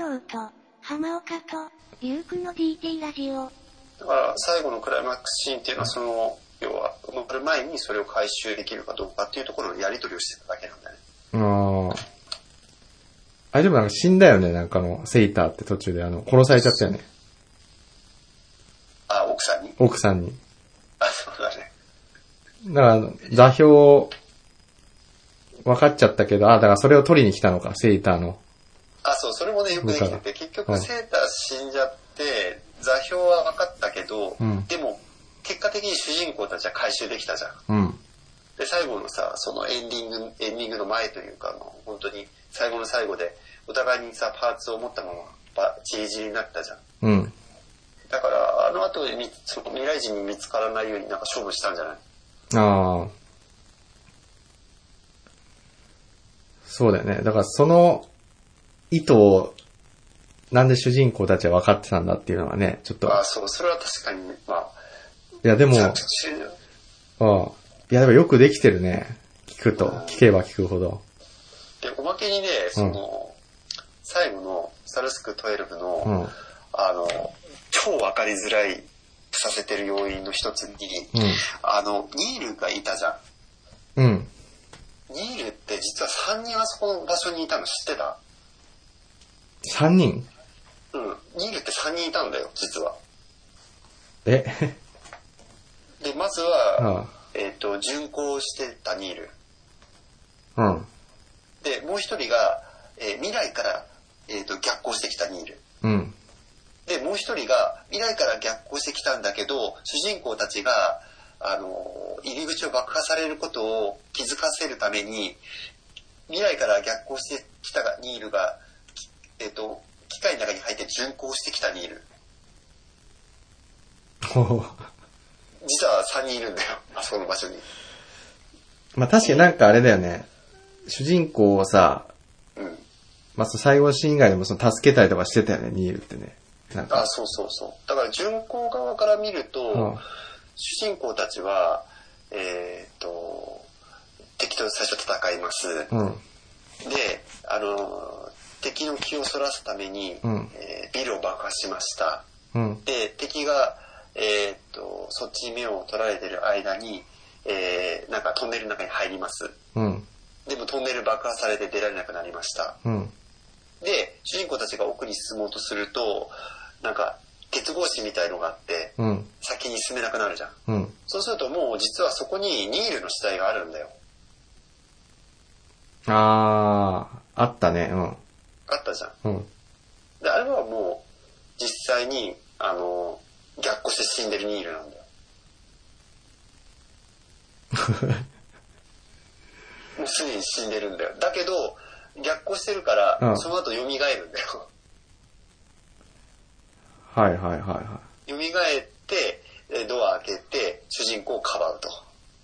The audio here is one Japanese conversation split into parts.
郎と、浜岡と、リュウクの DT ラジオ。 だから最後のクライマックスシーンっていうのはその、要は埋まる前にそれを回収できるかどうかっていうところのやり取りをしてただけなんだね。 あれでもなんか死んだよね、なんかセイターって途中で殺されちゃったよね。 あ、奥さんに。 奥さんに。 あ、そうだね。 だから座標、分かっちゃったけど、だからそれを取りに来たのか、セイターの。 あ、そう、それもね、よくできてて、結局セーター死んじゃって、座標は分かったけど、でも、結果的に主人公たちは回収できたじゃん。で、最後のさ、そのエンディングの前というか、本当に最後の最後で、お互いにさ、パーツを持ったまま、チリチリになったじゃん。だから、あの後でその未来人に見つからないようになんか勝負したんじゃない？ そうだよね。だからその意図を、なんで主人公たちは分かってたんだっていうのはね、ちょっと。 そう、それは確かに、まあ。 いや、でも、いや、でもよくできてるね。聞けば聞くほど。 で、おまけにね、最後のサルスク12の、超分かりづらいさせてる要因の一つに、ニールがいたじゃん。ニールって実は3人あそこの場所にいたの知ってた？ 3人？ ニールって3人いたんだよ、実は。 で、 まずは、巡航してたニール。で、もう一人が、未来から、逆行してきたニール。で、もう一人が未来から逆行してきたんだけど、主人公たちが、入り口を爆破されることを気づかせるために、未来から逆行してきたニールが、機械の中に入って巡航してきたニール。実は3人いるんだよ、あそこの場所に。 まあ確かになんかあれだよね。主人公をさ、まあ最後のシーン以外でも助けたりとかしてたよね、ニールってね。 そうそうそう。だから巡航側から見ると、主人公たちは、敵と最初戦います。で、敵の気をそらすために、ビルを爆破しました。で、敵が、そっちに目を取られてる間に、なんかトンネルの中に入ります。でもトンネル爆破されて出られなくなりました。で、主人公たちが奥に進もうとすると、なんか鉄格子みたいのがあって、先に進めなくなるじゃん。そうするともう実はそこにニールの死体があるんだよ。 あったね。 あったじゃん。で、あれはもう実際に逆行して死んでるニールなんだよ。もうすでに死んでるんだよ。だけど逆行してるから、その後蘇るんだよ。蘇ってドア開けて主人公をかばうと。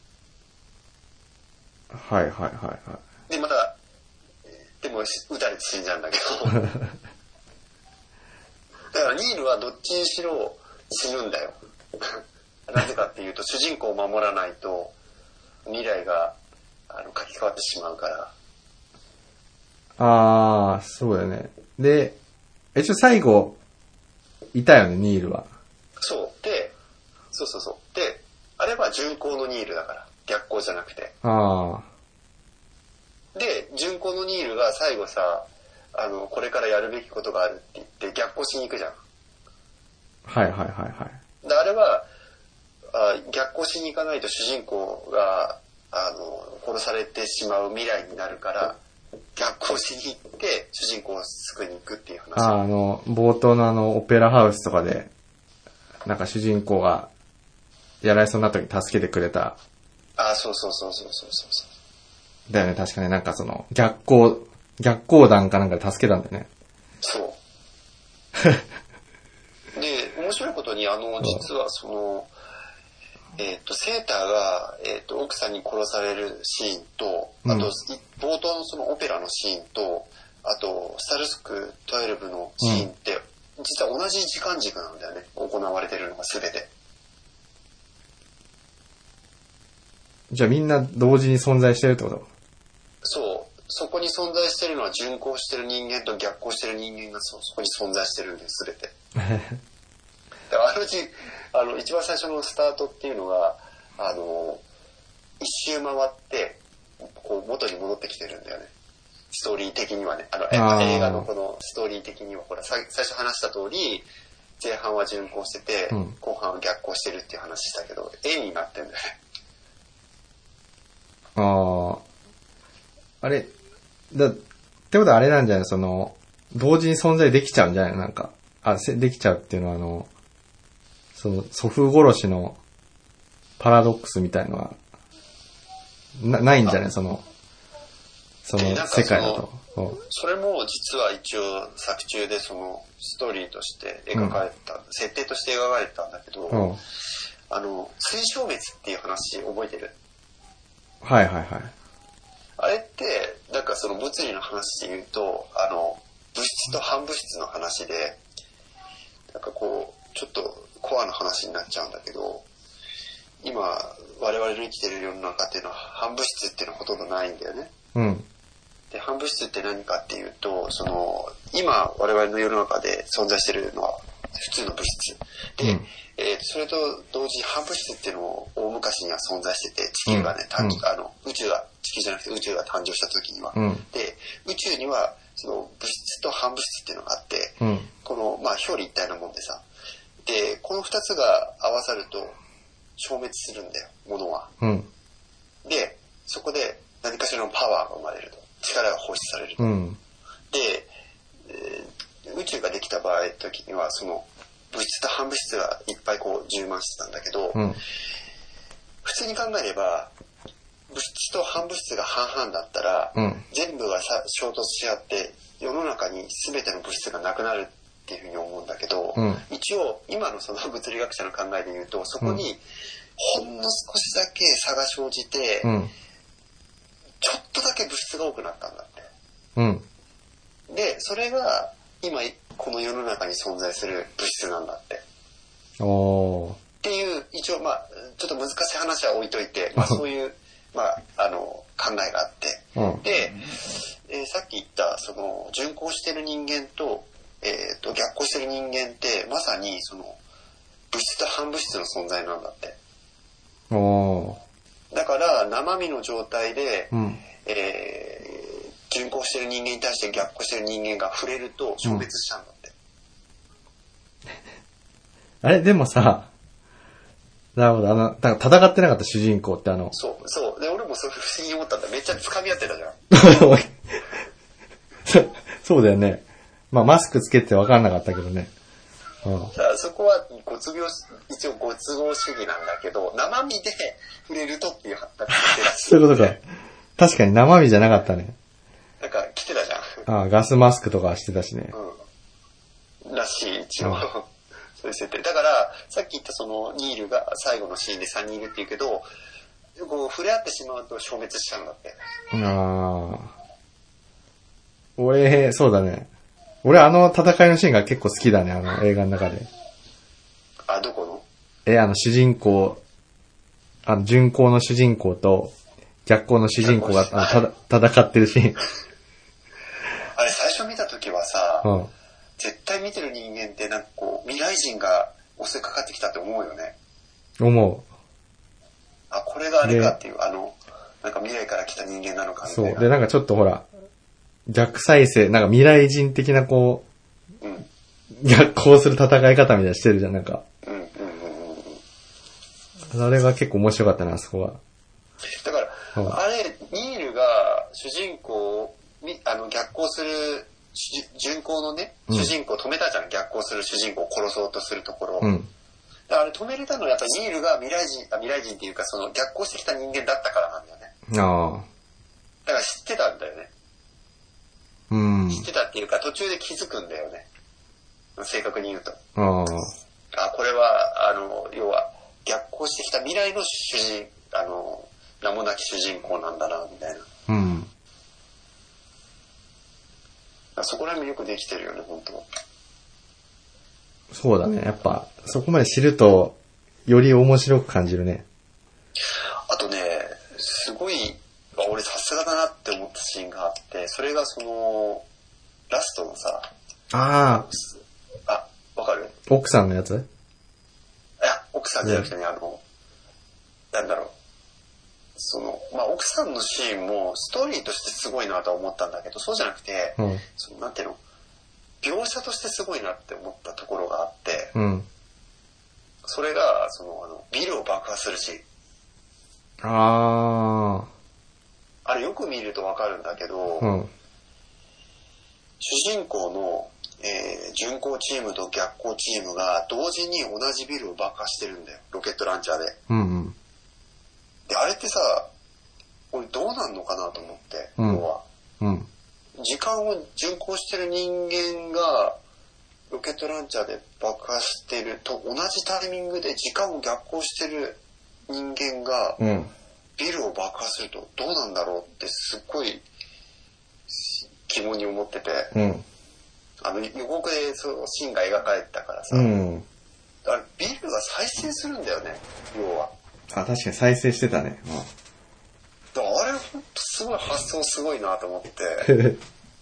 でまたでも撃たれて死んじゃうんだけど。だからニールはどっちにしろ死ぬんだよ。なぜかっていうと主人公を守らないと未来が書き換わってしまうから。 そうだよね。で、一応最後いたよね、ニールは。 そうで、で、あれは巡航のニールだから逆光じゃなくて。で、巡航のニールが最後さ、これからやるべきことがあるって言って逆行しに行くじゃん。で、あれは逆行しに行かないと主人公が殺されてしまう未来になるから逆行しに行って主人公を救いに行くっていう話。 冒頭のオペラハウスとかでなんか主人公がやられそうになった時に助けてくれた。 そう。 だよね、確かになんか逆光弾かなんかで助けたんだよね。 そう。で、面白いことに実はセーターが、奥さんに殺されるシーンと、あと、冒頭のそのオペラのシーンと、あと、スタルスク12のシーンって、実は同じ時間軸なんだよね。行われてるのが全て。 じゃあみんな同時に存在してるってこと？ そそこに存在してるのは順行してる人間と逆行してる人間がそこに存在してるんです、全て。一番最初のスタートっていうのが、一周回って、こう元に戻ってきてるんだよね。ストーリー的にはね。映画のこのストーリー的には、ほら、最初話した通り、前半は順行してて、後半は逆行してるっていう話したけど、絵になってんだよね。 あれ、ってことはあれなんじゃない？同時に存在できちゃうんじゃない？なんか、できちゃうっていうのは祖父殺しのパラドックスみたいのは、ないんじゃない？その世界だと。 それも実は一応作中でそのストーリーとして描かれた、設定として描かれたんだけど、水消滅っていう話覚えてる？ はいはいはい。 あれって、なんかその物理の話で言うと、物質と反物質の話で、なんかこう、ちょっとコアな話になっちゃうんだけど、今、我々の生きてる世の中っていうのは、反物質っていうのはほとんどないんだよね。 うん。 で、反物質って何かっていうと、今、我々の世の中で存在してるのは、普通の物質。で、それと同時に反物質っていうのも大昔には存在してて、地球がね、宇宙が、地球じゃなくて宇宙が誕生した時には。で、宇宙には、その物質と反物質っていうのがあって、この、表裏一体なもんでさ。で、この二つが合わさると消滅するんだよ、ものは。で、そこで何かしらのパワーが生まれると。力が放出されると。で、宇宙ができた場合、時には、その、物質と反物質がいっぱいこう充満してたんだけど、普通に考えれば、物質と反物質が半々だったら、全部が衝突し合って、世の中に全ての物質がなくなるっていうふうに思うんだけど、一応、今のその物理学者の考えで言うと、そこに、ほんの少しだけ差が生じて、ちょっとだけ物質が多くなったんだって。で、それが今この世の中に存在する物質なんだって。っていう、一応ちょっと難しい話は置いといて、そういう、考えがあって。で、さっき言ったその順行してる人間と、逆行してる人間ってまさにその物質と反物質の存在なんだって。だから生身の状態で、順行してる人間に対して逆行してる人間が触れると消滅しちゃうんだって。 あれでもさ、なるほど、だから戦ってなかった主人公ってそう。で、俺もそれ不思議に思ったんだ。めっちゃ掴み合ってたじゃん。 そうだよね。マスクつけて分かんなかったけどね。 そこは一応ご都合主義なんだけど、生身で触れるとっていう発達してらっしゃる。 そういうことか。確かに生身じゃなかったね。 なんか来てたじゃん。 ガスマスクとかしてたしね。 らしい、一応。そういう設定。だから、さっき言ったそのニールが最後のシーンで3人いるって言うけど、こう触れ合ってしまうと消滅しちゃうんだって。 俺、そうだね。俺戦いのシーンが結構好きだね、映画の中で。 どこの？ 主人公、順行の主人公と逆行の主人公が戦ってるシーン。 あれ最初見た時はさ、絶対見てる人間ってなんかこう、未来人が襲いかかってきたって思うよね。 思う。 これがあれかっていう、なんか未来から来た人間なのかみたいな。 そう。で、なんかちょっとほら、逆再生、なんか未来人的なこう、逆行する戦い方みたいなしてるじゃん、なんか。あれが結構面白かったな、あそこは。 だから、あれ、ニールが主人公を、逆行する、順行のね、主人公を止めたじゃん、逆行する主人公を殺そうとするところ。だからあれ止めれたのはやっぱりニールが未来人っていうか、その逆行してきた人間だったからなんだよね。だから知ってたんだよね。知ってたっていうか途中で気づくんだよね。正確に言うと。これは、要は逆行してきた未来の名もなき主人公なんだな、みたいな。そこら辺もよくできてるよね、本当。 そうだね。やっぱ、そこまで知ると、より面白く感じるね。 あとね、すごい、俺さすすがだなって思ったシーンがあって、それがその、ラストのさ、 あ、 わかる？ 奥さんのやつ？いや、 奥さんじゃなくてね、なんだろう。その、まあ、奥さんのシーンもストーリーとしてすごいなとは思ったんだけど、そうじゃなくて、そのなんていうの、描写としてすごいなって思ったところがあって、それが、その、ビルを爆破するシーン。あれよく見るとわかるんだけど、主人公の、巡航チームと逆行チームが同時に同じビルを爆破してるんだよ、ロケットランチャーで。で、あれってさ、俺どうなんのかなと思って、要は。時間を巡航してる人間が、ロケットランチャーで爆破してると同じタイミングで時間を逆行してる人間が、ビルを爆破するとどうなんだろうってすっごい疑問に思ってて、予告でそのシーンが描かれてたからさ、あれビルが再生するんだよね、要は。 確かに再生してたね。 だからあれほんとすごい発想すごいなと思って。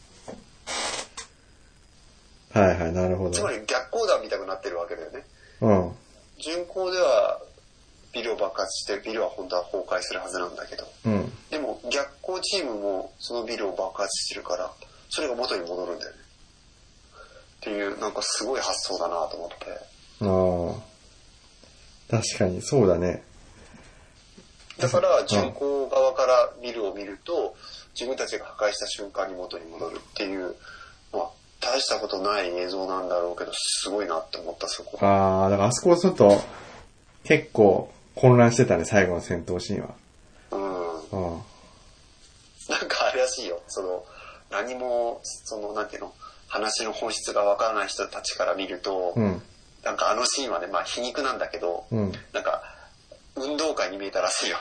はいはい、なるほど。 つまり逆光弾みたくなってるわけだよね。巡航ではビルを爆発してビルは本当は崩壊するはずなんだけど、でも逆光チームもそのビルを爆発してるからそれが元に戻るんだよねっていう、なんかすごい発想だなと思って。 確かにそうだね。 だから巡航側からビルを見ると自分たちが破壊した瞬間に元に戻るっていう、まあ大したことない映像なんだろうけどすごいなって思った。そこ。だからあそこちょっと結構混乱してたね、最後の戦闘シーンは。 なんかあれらしいよ、その何もそのなんていうの、話の本質がわからない人たちから見ると、なんかあのシーンはね、まあ皮肉なんだけど、なんか運動会に見えたらしいよ。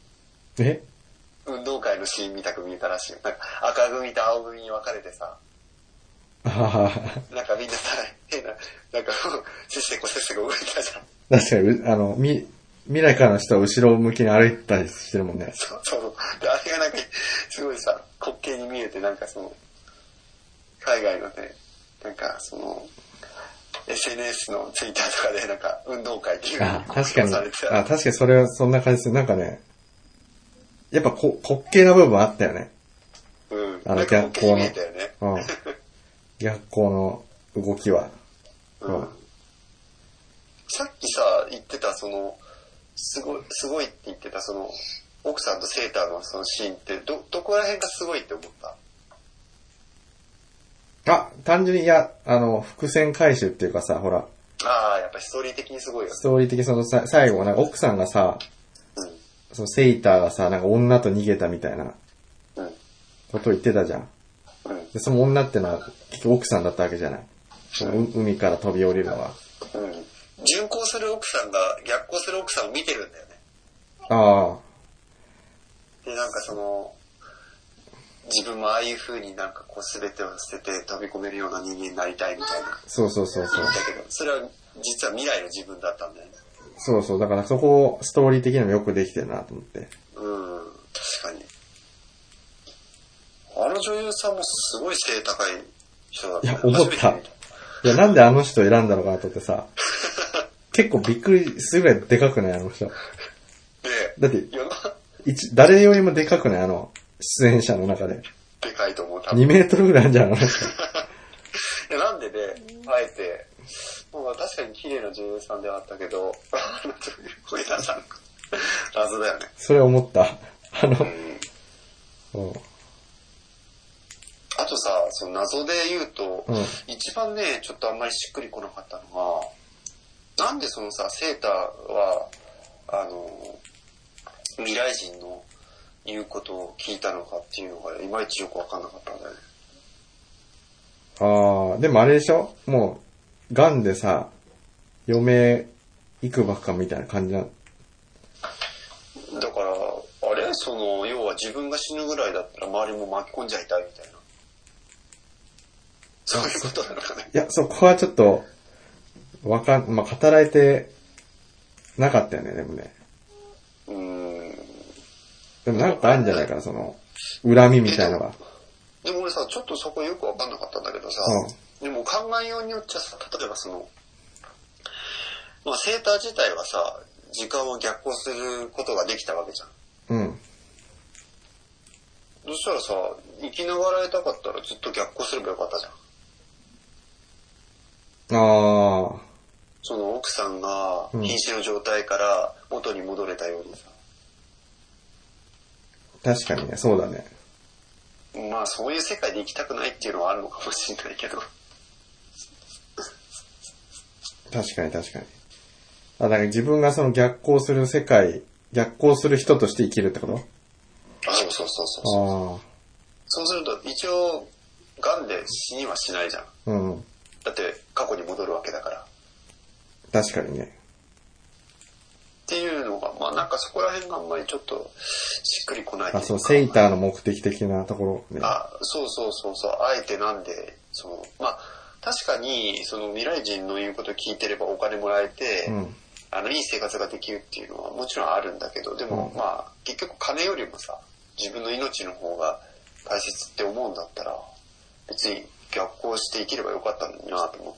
運動会のシーン見たく見えたらしいよ。なんか赤組と青組に分かれてさ、なんかみんなさ、変な、なんかせっせこ動いたじゃん。 確かに、未来からの人は後ろ向きに歩いたりしてるもんね。 そう。で、あれがなんか、すごいさ、滑稽に見えて、なんかその、海外のね、なんかその、SNS のツイッターとかでなんか、運動会っていう風に確かに。確かにそれはそんな感じする。なんかね、やっぱ滑稽な部分あったよね。 逆光の。見えたよね。 逆光の動きは。 さっきさ、言ってたその、すごいって言ってたその、奥さんとセーターのそのシーンって、どこら辺がすごいって思った？ 単純に、伏線回収っていうかさ、ほら。 やっぱストーリー的にすごいよね。 ストーリー的にその最後、なんか奥さんがさ、そのセーターがさ、なんか女と逃げたみたいな、ことを言ってたじゃん。で、その女ってのは結局奥さんだったわけじゃない。海から飛び降りるのは。 巡航する奥さんが逆行する奥さんを見てるんだよね。で、なんかその、自分もああいう風になんかこう全てを捨てて飛び込めるような人間になりたいみたいな。 そう。 だけど、それは実は未来の自分だったんだよね。 そう。だからそこストーリー的にもよくできてるなと思って。 確かに。あの女優さんもすごい背高い人だったね。 思った。なんであの人選んだのかなと思ってさ。結構びっくりするぐらいでかくないあの人。だって、誰よりもでかくない出演者の中で。 でかいと思う。 2メートルぐらいあるんじゃん、あの人。 なんでね、あえて、確かに綺麗な女優さんではあったけど、小枝さん、謎だよね。 それ思った。 あとさ、その謎で言うと、一番ね、ちょっとあんまりしっくりこなかったのが、なんでそのさ、セーターは、未来人の言うことを聞いたのかっていうのがいまいちよくわかんなかったんだよね。 でもあれでしょ？もう、癌でさ、余命いくばっかみたいな感じなの。 だから、その、要は自分が死ぬぐらいだったら周りも巻き込んじゃいたいみたいな。そういうことなのかね。 いや、そこはちょっと、語られてなかったよね、でもね。でもなんかあるんじゃないかな、その。 恨みみたいなのが。 でも俺さ、ちょっとそこよくわかんなかったんだけどさ、でも考えようによっちゃさ、例えばまあセーター自体はさ、時間を逆行することができたわけじゃん。うん。そしたらさ、生きながらえたかったらずっと逆行すればよかったじゃん。その奥さんが瀕死の状態から元に戻れたようにさ。 確かにね、そうだね。 まあそういう世界で生きたくないっていうのはあるのかもしれないけど。 確かに。だから自分がその逆行する世界、逆行する人として生きるってこと？ そう。そうすると一応癌で死にはしないじゃん。うん。だって過去に戻るわけだから。 確かにね。 っていうのが、まあなんかそこら辺があんまりちょっとしっくりこない。 そう、セイターの目的的なところね。 そう。あえてなんで、まあ確かにその未来人の言うこと聞いてればお金もらえて、いい生活ができるっていうのはもちろんあるんだけど、でもまあ結局金よりもさ、自分の命の方が大切って思うんだったら、別に逆行して生きればよかったのになと思って。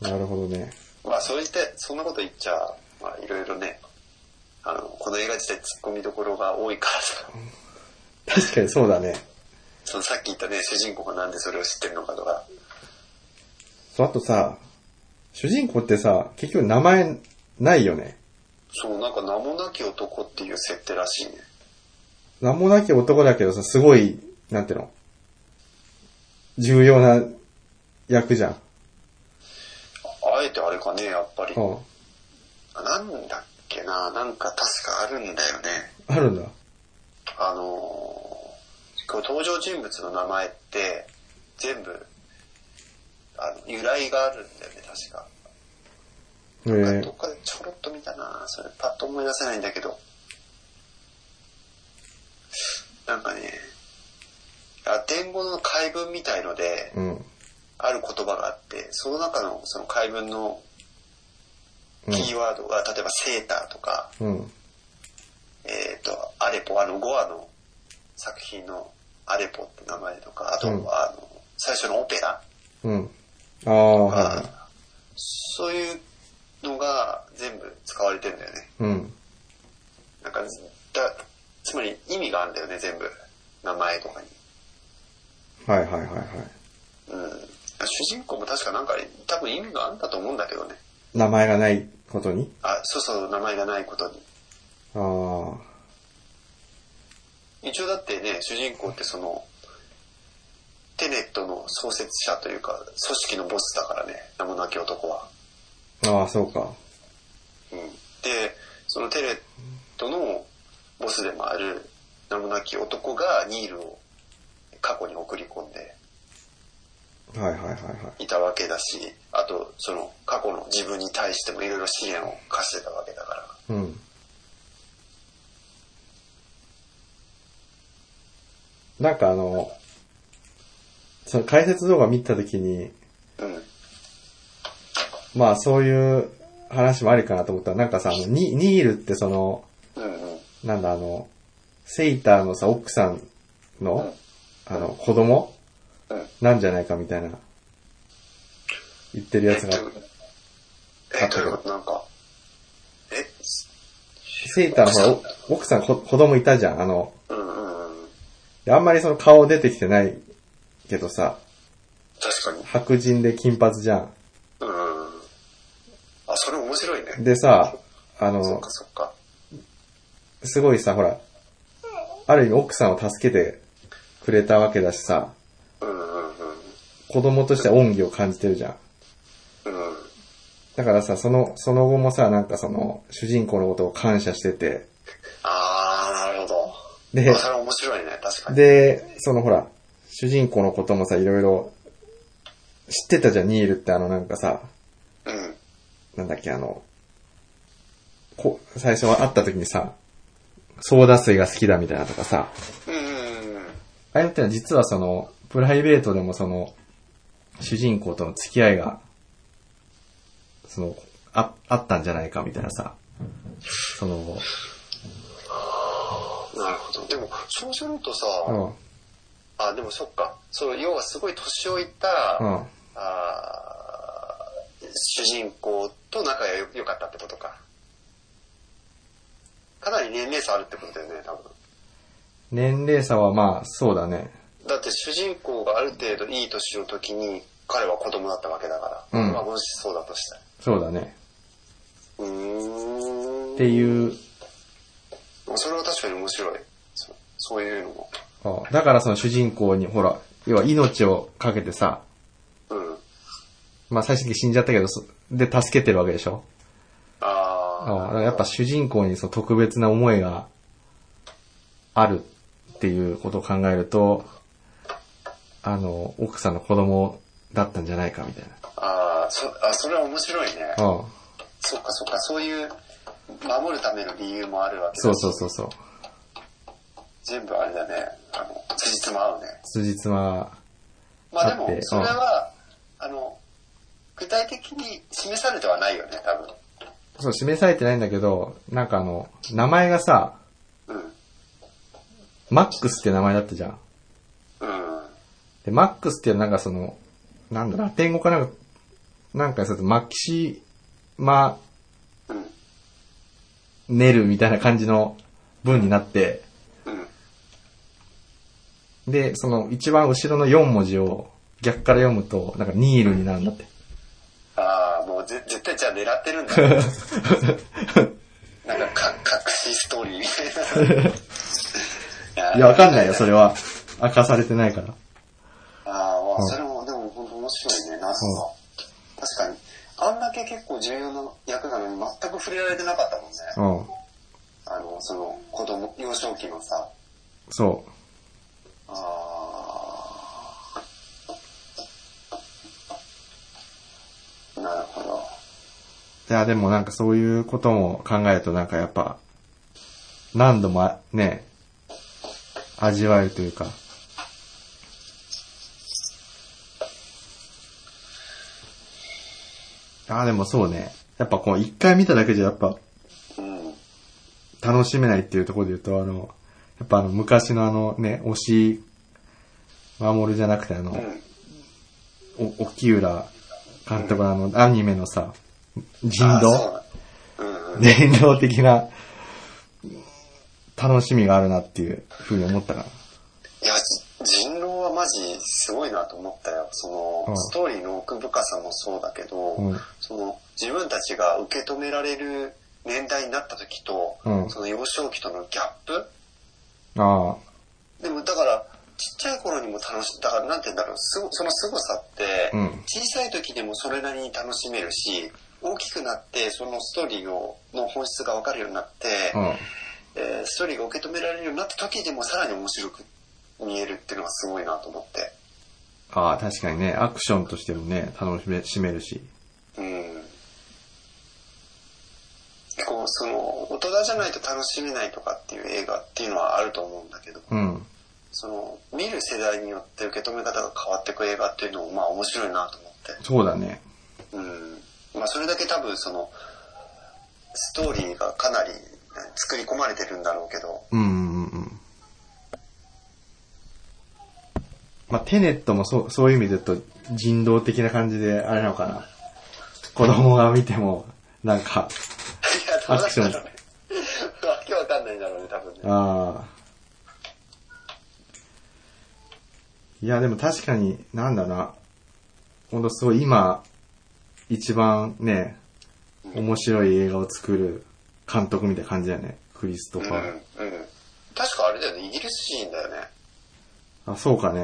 なるほどね。 まあそんなこと言っちゃ、まあいろいろね、この映画自体ツッコミどころが多いからさ。 確かにそうだね。 さっき言ったね、主人公がなんでそれを知ってるのかとか。 あとさ、主人公ってさ、結局名前ないよね。 そう、なんか名もなき男っていう設定らしいね。 名もなき男だけどさ、すごい、なんていうの、重要な役じゃん。 あえてあれかね、やっぱり。なんだっけな、なんか確かあるんだよね。 あるんだ。 登場人物の名前って全部由来があるんだよね、確か。なんかどっかでちょろっと見たな、それパッと思い出せないんだけど。なんかね、ラテン語の解文みたいので、ある言葉があって、その中のその解文のキーワードが、例えばセーターとか、アレポ、5話の作品のアレポって名前とか、あと最初のオペラとか、そういうのが全部使われてるんだよね。なんかつまり意味があるんだよね、全部。名前とかに。主人公も確かなんか多分意味があるんだと思うんだけどね。 名前がないことに？ そう、名前がないことに。一応だってね、主人公ってテネットの創設者というか、組織のボスだからね、名もなき男は。 そうか。 で、そのテネットのボスでもある名もなき男がニールを過去に送り込んでいたわけだし、あとその過去の自分に対してもいろいろ試練を課してたわけだから。 なんかその解説動画見たときに、まあそういう話もありかなと思ったら、なんかさ、ニールってなんだセイターのさ、奥さんの、子供なんじゃないかみたいな、言ってるやつがあったけど。 なんか、 セイターのほら、奥さん子供いたじゃん。あんまりその顔出てきてないけどさ、 確かに。 白人で金髪じゃん。 それ面白いね。 でさ、 そっか。 すごいさ、ほら、ある意味奥さんを助けてくれたわけだしさ、子供としては恩義を感じてるじゃん。だからさ、その後もさ、なんか主人公のことを感謝してて。 なるほど。 で、 それ面白いね、確かに。 で、ほら、主人公のこともさ、いろいろ知ってたじゃん、ニールってなんかさ、なんだっけ、最初会った時にさ、ソーダ水が好きだみたいなとかさ、あれってのは実はプライベートでも主人公との付き合いが、あったんじゃないかみたいなさ、 ど。でも、そうするとさ、でもそっか。要はすごい年老いた、主人公と仲が良かったってことか。かなり年齢差あるってことだよね、多分。 年齢差はまあ、そうだね。 だって主人公がある程度いい年の時に、彼は子供だったわけだから。まあ、もしそうだとしたら。 そうだね。っていう。 それは確かに面白い。そういうのも。 だからその主人公に、ほら、要は命をかけてさ、まあ最終的に死んじゃったけど、で助けてるわけでしょ。だからやっぱ主人公にその特別な思いがあるっていうことを考えると、奥さんの子供だったんじゃないかみたいな。 それは面白いね。そっか、そういう守るための理由もあるわけだ。 そう。 全部あれだね。辻褄合うね。 辻褄。 まあでも、それは、具体的に示されてはないよね、多分。 そう、示されてないんだけど、なんか名前がさ、マックスって名前だったじゃん。で、マックスってなんかラテン語かなんかすると、マキシマネルみたいな感じの文になって、で、一番後ろの4文字を逆から読むと、なんかニールになるんだって。 もう絶対じゃあ狙ってるんだね。なんか隠しストーリーみたいな。 いや、わかんないよ、それは。明かされてないから。 それもでも本当面白いね、ナスは。確かに。あんだけ結構重要な役なのに全く触れられてなかったもんね。子供、幼少期のさ。 そう。 なるほど。 いや、でもなんかそういうことも考えるとなんかやっぱ、何度もね、味わえるというか。でもそうね。やっぱ一回見ただけじゃやっぱ、楽しめないっていうところで言うと、やっぱ昔の推し、守じゃなくて沖浦監督のアニメのさ、人狼的な楽しみがあるなっていうふうに思ったから。 いや、人狼はマジすごいなと思ったよ。ストーリーの奥深さもそうだけど、自分たちが受け止められる年代になった時と、その幼少期とのギャップ。でもだからちっちゃい頃にも楽しい。だからなんて言うんだろう、その凄さって、小さい時でもそれなりに楽しめるし、大きくなってそのストーリーの本質が分かるようになって、ストーリーが受け止められるようになった時でもさらに面白く見えるっていうのがすごいなと思って。 確かにね、アクションとしてもね、楽しめるし。 大人じゃないと楽しめないとかっていう映画っていうのはあると思うんだけど、見る世代によって受け止め方が変わってく映画っていうのもまあ面白いなと思って。 そうだね。 それだけ多分ストーリーがかなり作り込まれてるんだろうけど。 テネットもそういう意味で言うと人道的な感じであれなのかな。子供が見てもなんかアクション。わけわかんないんだろうね、多分ね。 いや、でも確かに、なんだな。ほんとすごい今、一番ね、面白い映画を作る監督みたいな感じだよね。クリストファー。 確かあれだよね、イギリス人だよね。 そうかね、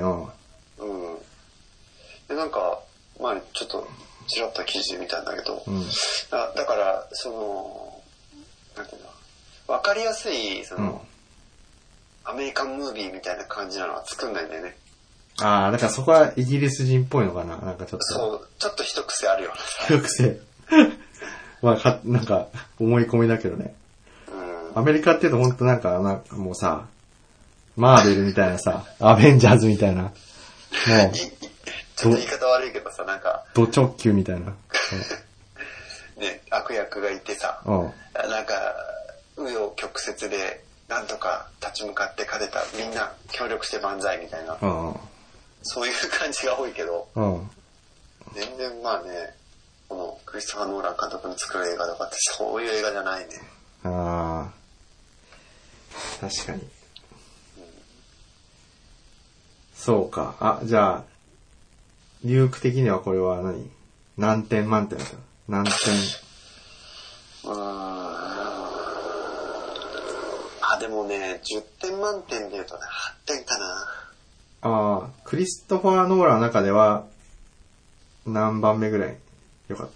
で、なんか、前ちょっと、ちらっと記事見たんだけど、だから、なんていうの、わかりやすい、アメリカンムービーみたいな感じなのは作んないんだよね。 だからそこはイギリス人っぽいのかな、なんかちょっと。 そう、ちょっと一癖あるようなさ。一癖。なんか、思い込みだけどね。アメリカって言うとほんとなんかもうさ、マーベルみたいなさ、アベンジャーズみたいな。もう。 ちょっと言い方悪いけどさ、なんか。 ド直球みたいな。 ね、悪役がいてさ、なんか、紆余曲折で、 なんとか立ち向かって勝てた、みんな協力して万歳みたいな、そういう感じが多いけど、全然まあね、このクリストファー・ノーラン監督の作る映画とかってそういう映画じゃないね。 ああ、確かに。そうか。あ、じゃあ、リューク的にはこれは何点満点だった？何点？ でもね、10点満点で言うとね、8点かな。 ああ、クリストファー・ノーランの中では、何番目ぐらいよかった？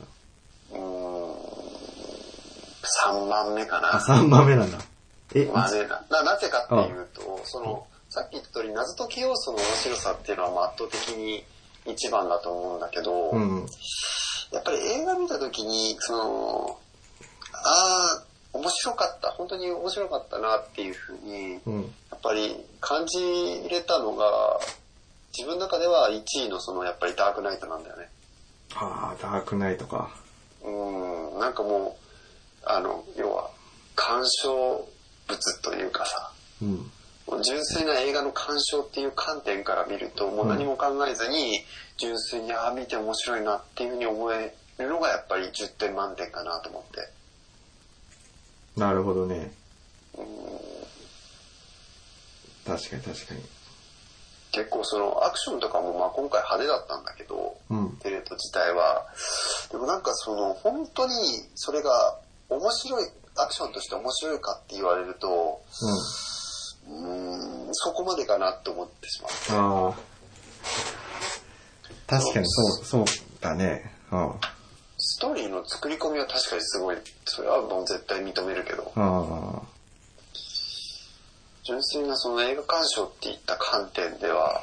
3番目かな。 あ、3番目なんだ。 なぜかっていうと、さっき言った通り、謎解き要素の面白さっていうのは圧倒的に一番だと思うんだけど、やっぱり映画見た時に、面白かった、本当に面白かったなっていうふうに、やっぱり感じ入れたのが、自分の中では1位のやっぱりダークナイトなんだよね。 ああ、ダークナイトか。 なんかもう、要は、鑑賞物というかさ、純粋な映画の鑑賞っていう観点から見ると、もう何も考えずに、純粋に見て面白いなっていうふうに思えるのがやっぱり10点満点かなと思って。 なるほどね。確かに。 結構アクションとかも今回派手だったんだけど、テレ東自体は。でもなんか本当にそれが面白い、アクションとして面白いかって言われると、そこまでかなって思ってしまう。 確かにそうだね。 ストーリーの作り込みは確かにすごい、それはもう絶対認めるけど、純粋な映画鑑賞っていった観点では、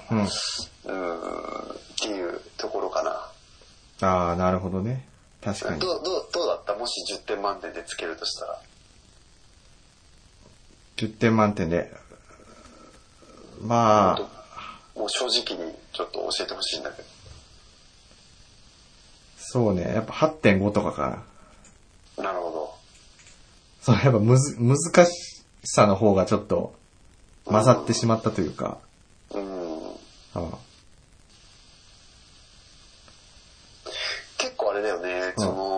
っていうところかな。 ああ、なるほどね。確かに。 どうだった？もし10点満点でつけるとしたら。 10点満点で。 もう正直にちょっと教えてほしいんだけど。 そうね、やっぱ 8.5 とかかな。なるほど。やっぱ難しさの方がちょっと混ざってしまったというか。 結構あれだよね、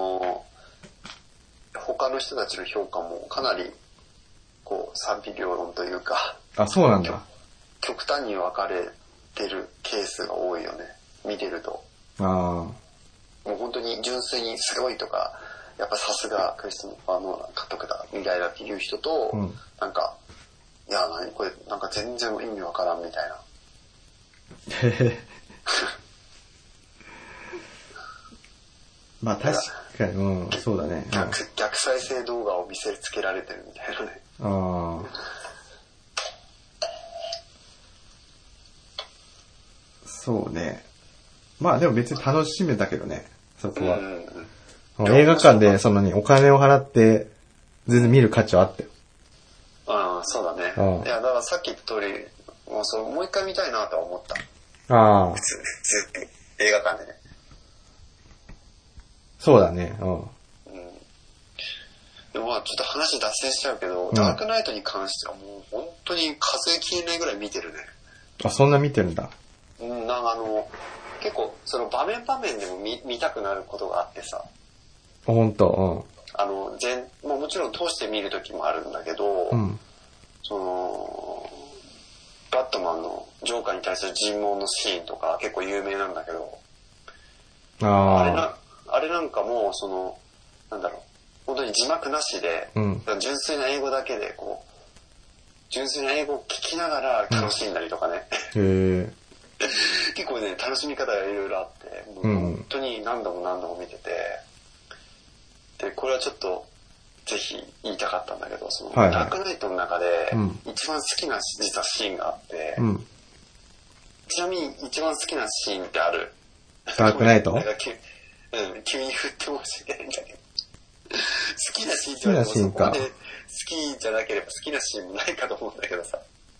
他の人たちの評価もかなり賛否両論というか。 あ、そうなんだ。 極端に分かれてるケースが多いよね、見てると。もう本当に純粋にすごいとか、やっぱさすがクリストファー・ノーラン監督だ、みたいだっていう人と、なんか、いや、何これ、なんか全然意味わからんみたいな。 確かに、そうだね。 逆再生動画を見せつけられてるみたいなね。 そうね。でも別に楽しめたけどね、そこは。映画館でお金を払って全然見る価値はあったよ。 そうだね。いや、だからさっき言った通り、もう一回見たいなとは思った。普通に映画館でね。 そうだね。 でもちょっと話脱線しちゃうけど、ダークナイトに関してはもう本当に数えきれないぐらい見てるね。 あ、そんな見てるんだ。 なんか結構場面でも 見たくなることがあってさ。 ほんと。 もちろん通して見る時もあるんだけど、バットマンのジョーカーに対する尋問のシーンとか結構有名なんだけど、あれなんかもなんだろう、本当に字幕なしで、純粋な英語だけで純粋な英語を聞きながら楽しんだりとかね。結構ね、楽しみ方がいろいろあって、本当に何度も見てて、で、これはちょっとぜひ言いたかったんだけど、ダークナイトの中で一番好きな実はシーンがあって、ちなみに一番好きなシーンってある？ ダークナイト？ 急に振って申し訳ないんだけど。好きなシーンって言われてもそこまで好きじゃなければ好きなシーンもないかと思うんだけどさ。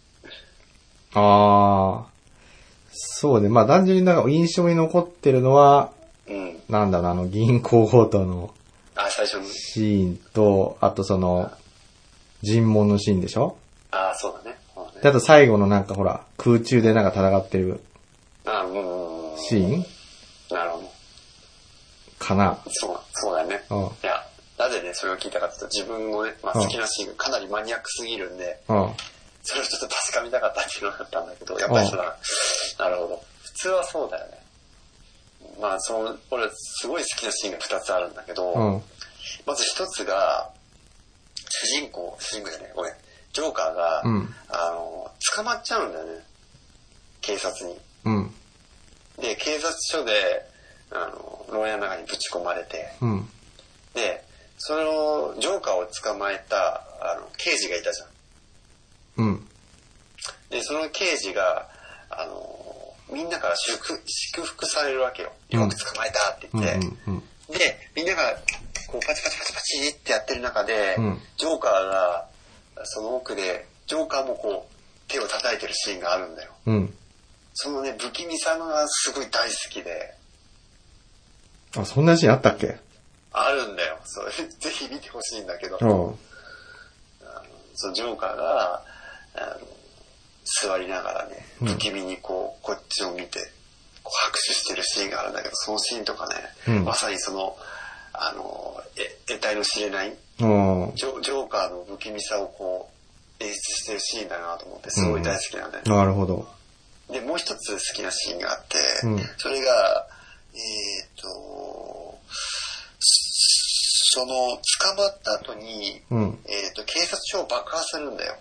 そうね。単純に印象に残ってるのは、なんだろう、銀行強盗の最初のシーンと、あと尋問のシーンでしょ？ ああ、そうだね。 で、あと最後のなんかほら、空中でなんか戦ってるシーンなるほど。 かな。 そうだね。いや、なぜね、それを聞いたかというと、自分のね、まあ、好きなシーンがかなりマニアックすぎるんで、それをちょっと確かめたかったっていうのがあったんだけど、やっぱりなるほど。普通はそうだよね。まあ、俺、すごい好きなシーンが2つあるんだけど、まず1つが、主人公じゃない、ジョーカーが、捕まっちゃうんだよね。警察に。で、警察署で、牢屋の中にぶち込まれて、で、そのジョーカーを捕まえた刑事がいたじゃん。で、その刑事がみんなから祝福されるわけよ。よく捕まえたって言って、で、みんながこうパチパチパチパチってやってる中で、ジョーカーがその奥でジョーカーもこう手を叩いてるシーンがあるんだよ。そのね、不気味さがすごい大好きで。 あ、そんなシーンあったっけ？ あるんだよ。それぜひ見てほしいんだけど。そのジョーカーが座りながらね、不気味にこっちを見て拍手してるシーンがあるんだけど、そのシーンとかね、まさにその得体の知れないジョーカーの不気味さをこう演出してるシーンだなと思ってすごい大好きなんだよね。 なるほど。 で、もう一つ好きなシーンがあって、それがその捕まった後に、警察署を爆破するんだよ。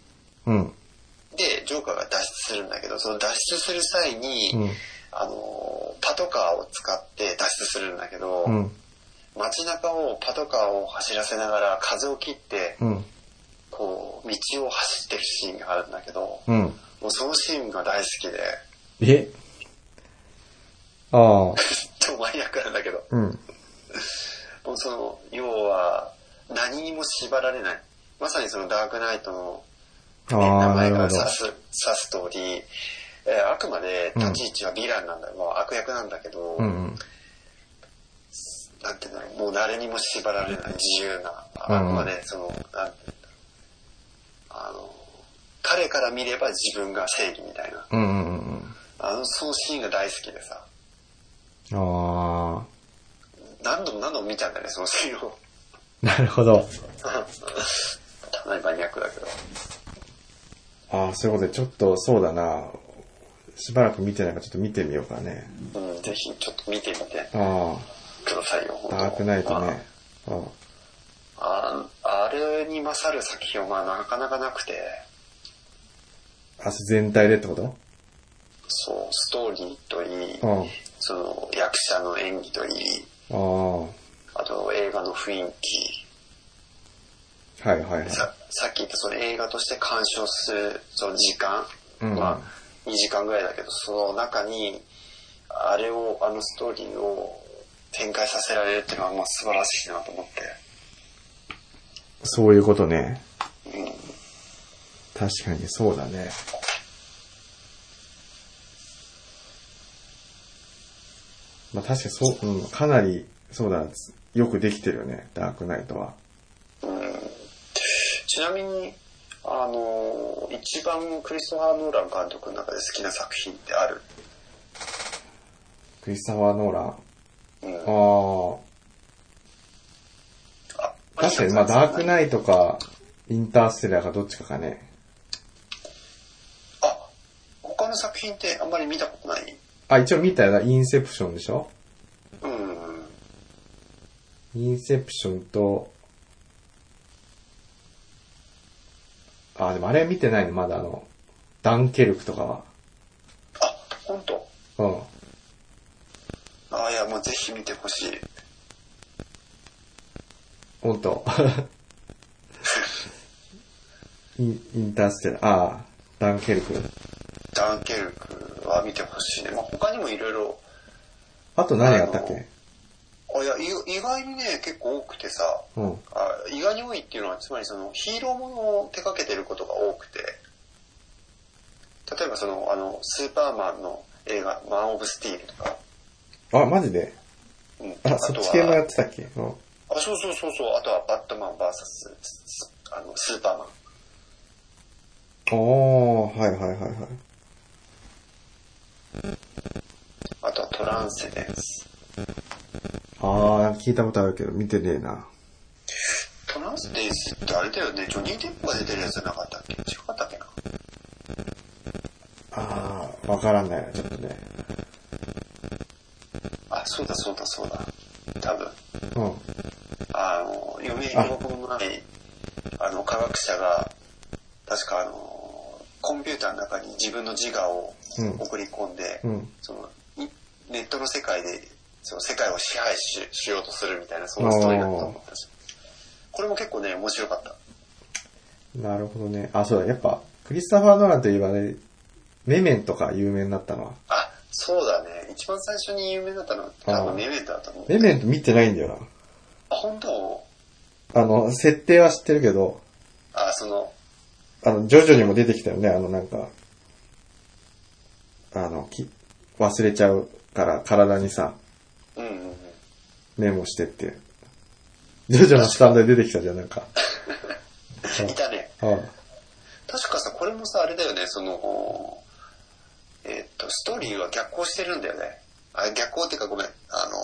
で、ジョーカーが脱出するんだけど、その脱出する際に、パトカーを使って脱出するんだけど、街中をパトカーを走らせながら風を切って、こう道を走ってるシーンがあるんだけど、もうそのシーンが大好きで。マニアックなんだけど。もう要は何にも縛られない。まさにそのダークナイトの、名前が指す通り、あくまで立ち位置はヴィランなんだよ。まあ、悪役なんだけど、なんていうんだろう、もう誰にも縛られない自由な、あくまで彼から見れば自分が正義みたいな。そのシーンが大好きでさ。何度も見ちゃうんだよね、そのシーンを。 なるほど。 かなりマニアックだけど。 そういうことで、ちょっとそうだな。しばらく見てないからちょっと見てみようかね。 ぜひちょっと見てみてくださいよ、 ダークナイトね。 あれに勝る作品はなかなかなくて。 全体でってこと？ そう、ストーリーといい、その役者の演技といい、あと映画の雰囲気。さっき言ったその映画として鑑賞するその時間、2時間ぐらいだけど、その中にあのストーリーを展開させられるっていうのはまあ素晴らしいなと思って。 そういうことね。確かにそうだね。まあ確かにそう、かなりそうだ、よくできてるよね、ダークナイトは。 ちなみに一番クリストファー・ノーラン監督の中で好きな作品ってある？ クリストファー・ノーラン。確かにまあダークナイトかインターステラーかどっちかかね。 他の作品ってあんまり見たことない？ 一応見たよ。インセプションでしょ？インセプションと、でもあれ見てないの、まだダンケルクとかは。 ほんと？いや、もうぜひ見てほしい。 ほんと。インターステラー、ダンケルク。 ダンケルクは見てほしいね。まあ、他にもいろいろ。 あと何があったっけ？ いや、意外にね、結構多くてさ、意外に多いっていうのは、つまりそのヒーローものを手掛けてることが多くて、例えばスーパーマンの映画、マン・オブ・スティールとか。 マジで？そっち系もやってたっけ？ そう。あとはバットマン VS スーパーマン。 おー、はいはいはいはい。 あとはトランセデンス。 聞いたことあるけど見てねえな。 トランセデンスってあれだよね、ジョニー・デップが出てるやつじゃなかったっけ？違かったっけな。 わからないな、ちょっとね。 そうだ。多分。 うん。 読売広告のない科学者が確かコンピューターの中に自分の自我を送り込んで、そのネットの世界でその世界を支配 しようとするみたいな、そのストーリーだったと思ったし、これも結構ね面白かった。 なるほどね。そうだ、やっぱクリストファー・ノーランといえばね、メメントか有名になったのは。 そうだね。一番最初に有名だったのは多分メメントだと思う。 メメント見てないんだよな。 本当？ 設定は知ってるけど。ジョジョにも出てきたよね。忘れちゃうから体にさ、メモしてって。ジョジョのスタンドで出てきたじゃん、なんか。 いたね。確かさ、これもさ、あれだよね、ストーリーは逆行してるんだよね。逆行っていうかごめん。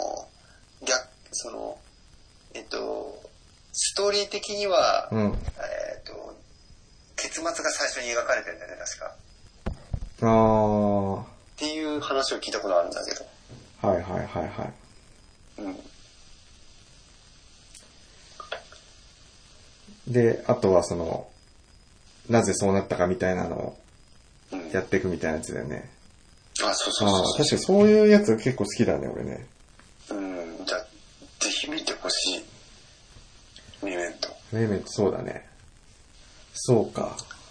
ストーリー的には、結末が最初に描かれてるんだよね、確か。っていう話を聞いたことあるんだけど。 はいはいはいはい。で、あとはなぜそうなったかみたいなのをやっていくみたいなやつだよね。 そう。 確かにそういうやつ結構好きだね、俺ね。 じゃあ、ぜひ見てほしい。メメント、 そうだね。そうか。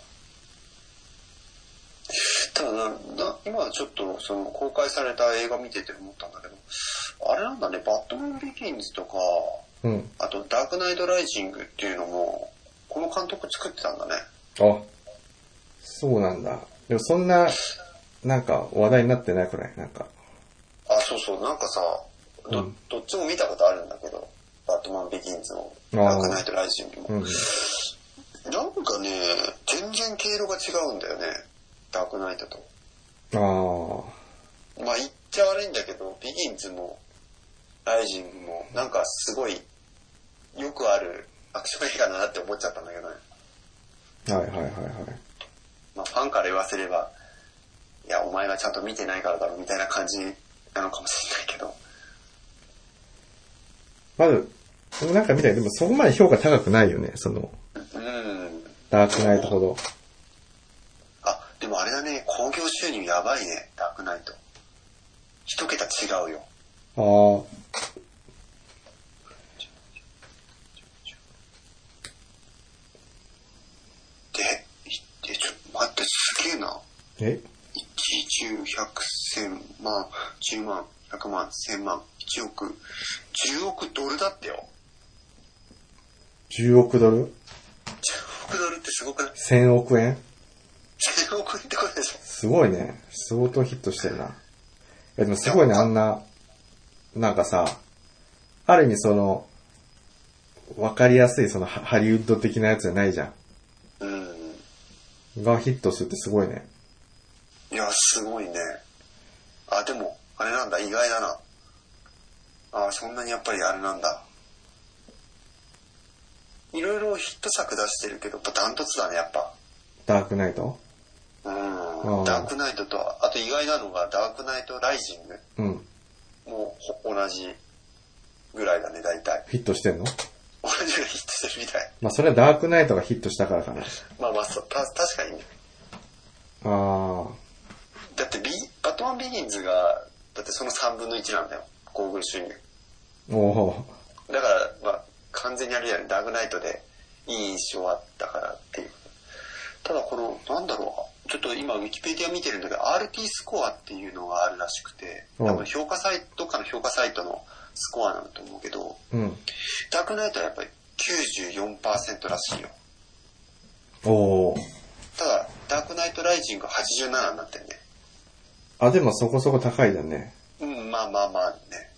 ただ今はちょっと公開された映画見てて思ったんだけど、あれなんだね、バットマンビギンズとか、あとダークナイトライジングっていうのもこの監督作ってたんだね。 そうなんだ。でもそんななんか話題になってないくらい、なんか。 そうなんかさ、どっちも見たことあるんだけど、バットマンビギンズもダークナイトライジングも、なんかね全然経路が違うんだよね、ダークナイトと。まあ言っちゃ悪いんだけど、ビギンズもライジングもなんかすごいよくあるアクション映画だなって思っちゃったんだけどね。まあファンから言わせれば、いやお前はちゃんと見てないからだろみたいな感じなのかもしれないけど。 まずなんか見たい。でもそこまで評価高くないよね、ダークナイトほど。 でもあれだね、興行収入やばいね、ダークナイト。一桁違うよ。で、ちょっと待って、すげえな。1、10、100、1000万、10万、100万、1000万、1億、10億ドルだってよ。 10億ドル ?10 億ドルってすごくない？ 1000 億円 1000 億円ってことでしょ。 すごいね。相当ヒットしてるな。でもすごいね、なんかさ、ある意味わかりやすいハリウッド的なやつじゃないじゃん。がヒットするってすごいね。 いや、すごいね。でも、あれなんだ、意外だな。そんなにやっぱりあれなんだ。いろいろヒット作出してるけど、ダントツだね、やっぱ。 ダークナイト？ ダークナイトと、あと意外なのがダークナイトライジング。もう同じぐらいだね、大体。 ヒットしてんの？ 同じぐらいヒットしてるみたい。 まあそれはダークナイトがヒットしたからかな。 まあ確かにね。だってバットマンビギンズが、だってその3分の1なんだよ、興行収入。だから、まあ完全にあれだよね、ダークナイトでいい印象あったからっていう。ただなんだろう、ちょっと今ウィキペディア見てるんだけど、RT スコアっていうのがあるらしくて、多分どっかの評価サイトのスコアなんだと思うけど、ダークナイトはやっぱり 94% らしいよ。ただ、ダークナイトライジング87になってるね。 でもそこそこ高いじゃんね。 まあね。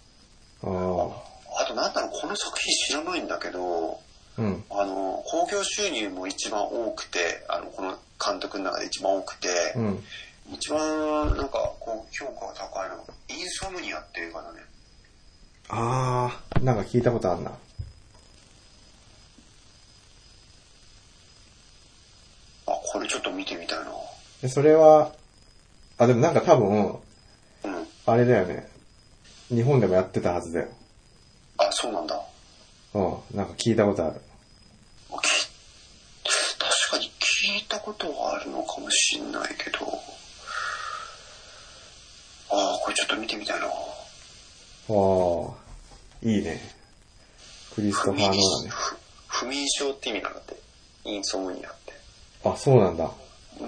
あとなんだろう、この作品知らないんだけど、興行収入も一番多くて、この監督の中で一番多くて、うん、一番なんかこう評価が高いのがインソムニアっていう映画だね。 あー、なんか聞いたことあるな。 あ、これちょっと見てみたいな。 それは、あ、でもなんか多分、うん、あれだよね。日本でもやってたはずだよ。 あ、そうなんだ。 うん、なんか聞いたことある。 確かに聞いたことはあるのかもしんないけど。ああ、これちょっと見てみたいな。ああ、いいね。クリストファー・ノーランね。 不眠症って意味なんだって。インソムニアって。 あ、そうなんだ。 うん。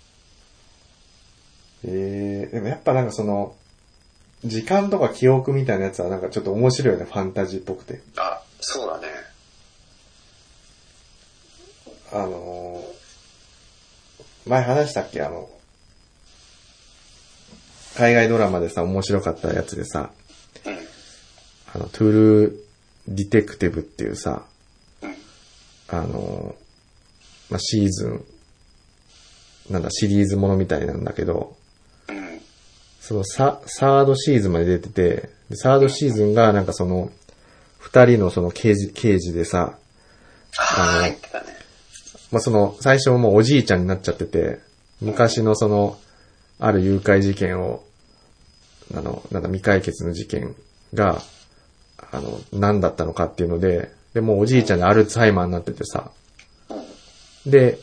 でもやっぱなんかその、時間とか記憶みたいなやつはなんかちょっと面白いよね、ファンタジーっぽくて。 あ、そうだね。 前話したっけ海外ドラマでさ、面白かったやつでさ、 うん、 トゥルーディテクティブっていうさ、 うん、 シーズン、なんだ、シリーズものみたいなんだけど、 うん、 そのサードシーズンまで出てて、サードシーズンがなんかその、二人のその刑事でさ、その、最初もうおじいちゃんになっちゃってて、昔のその、ある誘拐事件を、なんか未解決の事件が、何だったのかっていうので、で、もうおじいちゃんでアルツハイマーになっててさ、で、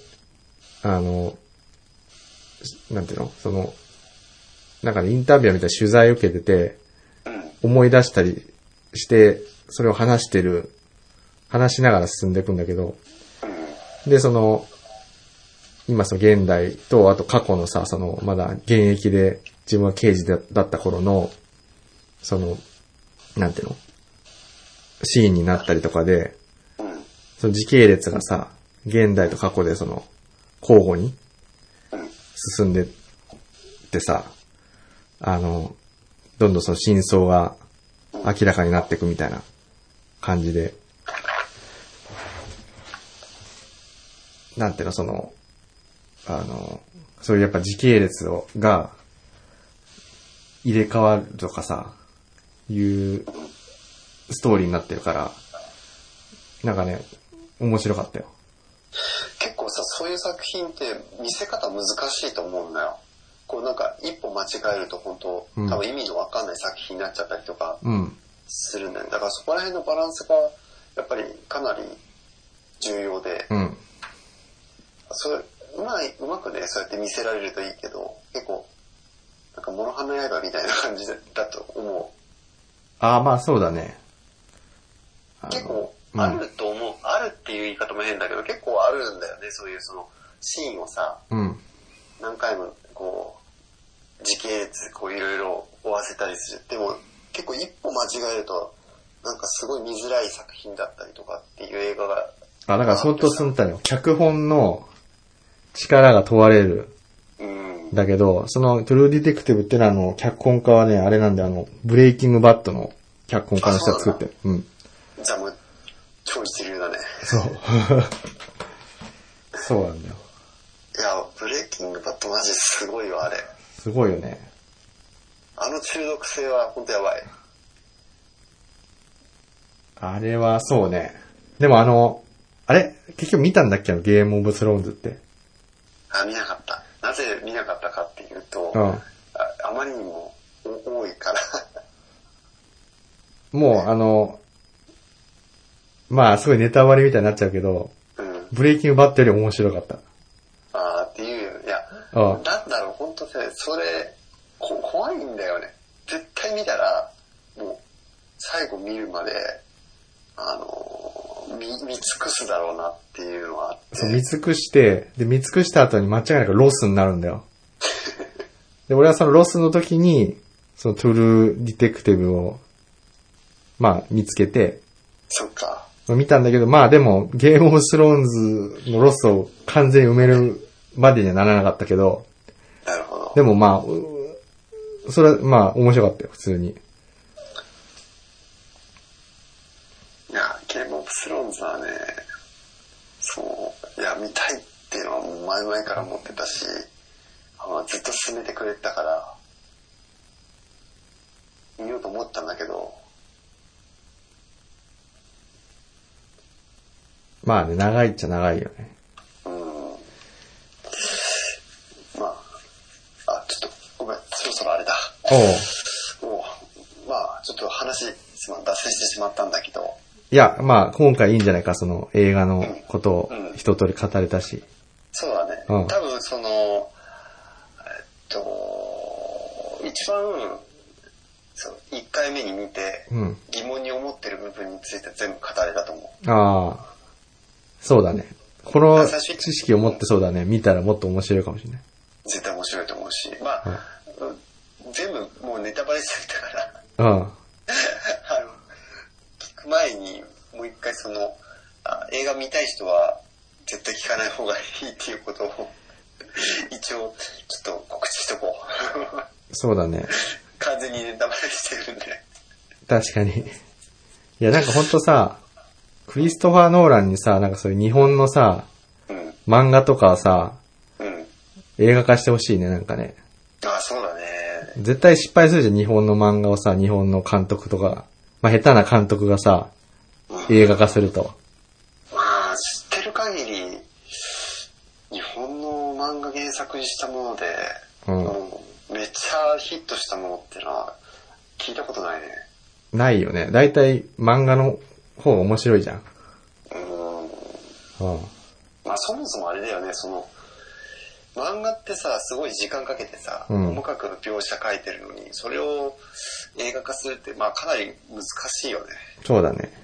なんていうのその、なんかね、インタビュアーみたいな取材を受けてて、思い出したりして、それを話しながら進んでいくんだけど、で、その、今その現代と、あと過去のさ、その、まだ現役で自分は刑事だった頃の、その、なんていうのシーンになったりとかで、その時系列がさ、現代と過去でその、交互に進んでってさ、どんどんその真相が明らかになっていくみたいな感じで、なんていうの、その、そういうやっぱ時系列が入れ替わるとかさ、いうストーリーになってるから、なんかね、面白かったよ。 結構さ、そういう作品って見せ方難しいと思うんだよ。こうなんか一歩間違えると本当、多分意味のわかんない作品になっちゃったりとかするんだよね。だからそこら辺のバランスがやっぱりかなり重要で、それうまくね、そうやって見せられるといいけど、結構なんか諸刃の刃みたいな感じだと思う。 ああ、まあそうだね。 結構あると思う、あるっていう言い方も変だけど、結構あるんだよね、そういうそのシーンをさ、何回もこう時系列こういろいろ追わせたりする。でも結構一歩間違えるとなんかすごい見づらい作品だったりとかっていう映画が、 だから相当すんたよ。脚本の力が問われる。だけど、そのトゥルーディテクティブっていうのは脚本家はね、あれなんでブレイキングバッドの脚本家の人が作ってる。 じゃあもう、超一流だね。 そう。そうなんだよ。 いや、ブレイキングバッドマジすごいわ、あれ。 すごいよね。 中毒性はほんとやばい。 あれはそうね。でもあれ結局見たんだっけゲームオブスローンズって。 見なかった。なぜ見なかったかっていうと、あまりにも多いから。 もうまあすごいネタバレみたいになっちゃうけど、ブレイキングバッドより面白かった。 っていう、いや、なんだろう、ほんとね、それ、怖いんだよね。絶対見たら、もう、最後見るまで、見尽くすだろうなっていうのはあって。 そう、見尽くして、で、見尽くした後に間違いなくロスになるんだよ。で、俺はそのロスの時に、そのトゥルーディテクティブを、まあ、見つけて、 そっか。 見たんだけど、まあでも、ゲームオブスローンズのロスを完全に埋めるまでにはならなかったけど、 なるほど。 でもまあ、それはまあ面白かったよ、普通に。 いや、ゲームオブスローンズはね、そう、いや、見たいっていうのはもう前々から思ってたし、ずっと勧めてくれてたから見ようと思ったんだけど、 まあね、長いっちゃ長いよね。 まあ、ちょっとごめん、そろそろあれだ。まあちょっと話脱線してしまったんだけど。 いや、まあ今回いいんじゃないか、その映画のことを一通り語れたし。 そうだね。多分その一番1回目に見て疑問に思ってる部分について全部語れたと思う。 ああ、そうだね。この知識を持ってそうだね。見たらもっと面白いかもしれない。 絶対面白いと思うし、まあ、全部もうネタバレしてたから。聞く前にもう一回映画見たい人は絶対聞かない方がいいっていうことを一応ちょっと告知しとこう。 そうだね。 完全にネタバレしてるんで。 確かに。いや、なんかほんとさ、クリストファー・ノーランにさ、なんかそういう日本のさ、漫画とかさ、映画化してほしいね、なんかね。 あ、そうだね。 絶対失敗するじゃん、日本の漫画をさ、日本の監督とか。まあ、下手な監督がさ、映画化すると。 まあ、知ってる限り、日本の漫画原作にしたもので、めっちゃヒットしたものってのは聞いたことないね。 ないよね。だいたい漫画の方が面白いじゃん。 まあそもそもあれだよね、漫画ってさ、すごい時間かけてさ、細かく描写書いてるのに、それを映画化するって、まあかなり難しいよね。 そうだね。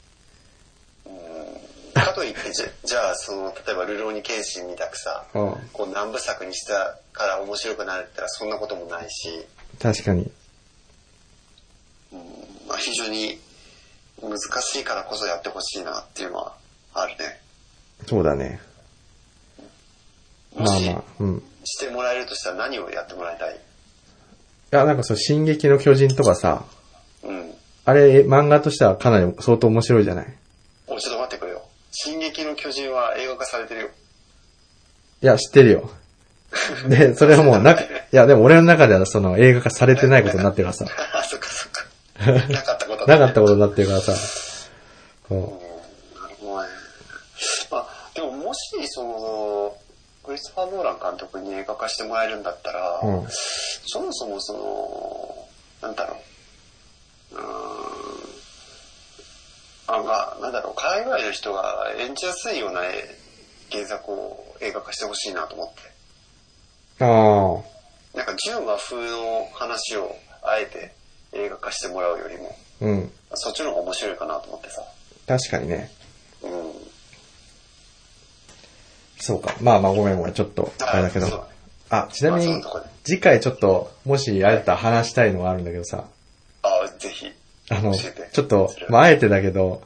かといって、じゃあ例えば、流浪に剣心みたくさ、こう何部作にしたから面白くなるって言ったらそんなこともないし。 確かに。 まあ非常に難しいからこそやってほしいなっていうのはあるね。そうだね。もししてもらえるとしたら何をやってもらいたい？いや、なんか進撃の巨人とかさ、あれ漫画としてはかなり相当面白いじゃない？ ちょっと待ってくれよ。進撃の巨人は映画化されてるよ。 いや、知ってるよ。で、それはもういや、でも俺の中では映画化されてないことになってるからさ。 あ、そっかそっか。なかったことなかったことになってるからさ。 なるほどね。まあ、でももしクリストファー・ノーラン監督に映画化してもらえるんだったら、そもそもなんだろう、なんだろう、海外の人が演じやすいような原作を映画化してほしいなと思って。なんか純和風の話をあえて映画化してもらうよりも、そっちの方が面白いかなと思ってさ。 確かにね。そうか。まあごめん、ちょっと、あれだけど。ちなみに、次回ちょっと、もしあれだったら話したいのがあるんだけどさ。 ぜひ。 ちょっと、あえてだけど、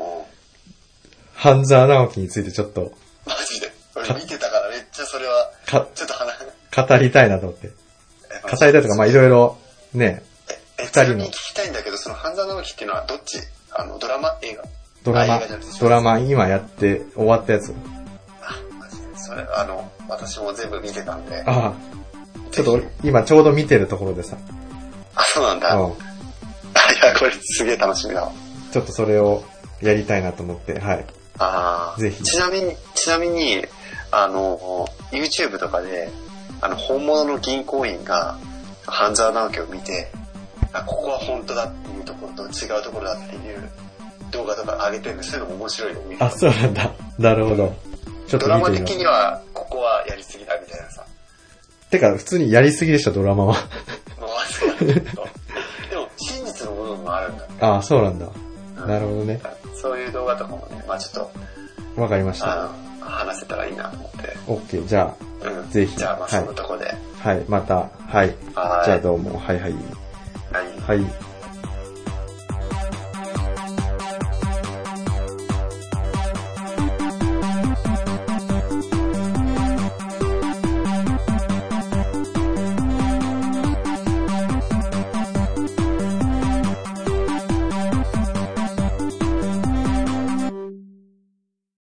半沢直樹についてちょっと。 マジで俺見てたからめっちゃそれは、ちょっと語りたいなと思って。語りたいとか、いろいろ、ね、 二人の。聞きたいんだけど、半沢直樹っていうのはどっち？ドラマ？映画？ ドラマ、今やって終わったやつ。 マジで。それ、私も全部見てたんで。 ちょっと今ちょうど見てるところでさ。 そうなんだ。いや、これすげえ楽しみだわ。 ちょっとそれをやりたいなと思って、はい。ぜひ。 ちなみに、YouTube とかで、本物の銀行員が半沢直樹を見て、ここは本当だっていうところと違うところだっていう動画とか上げてるんで、そういうの面白いの見る。 そうなんだ。なるほど。 ちょっとドラマ的には、ここはやりすぎだみたいなさ。 てか、普通にやりすぎでしょ、ドラマは。 でも、真実の部分もあるんだ。 そうなんだ。なるほどね。 そういう動画とかもね、ちょっと。 わかりました。 話せたらいいなと思って。 OK、じゃあ、ぜひ。 じゃあ、そのとこで。 はい、また、はい。じゃあどうも、はい。 はい。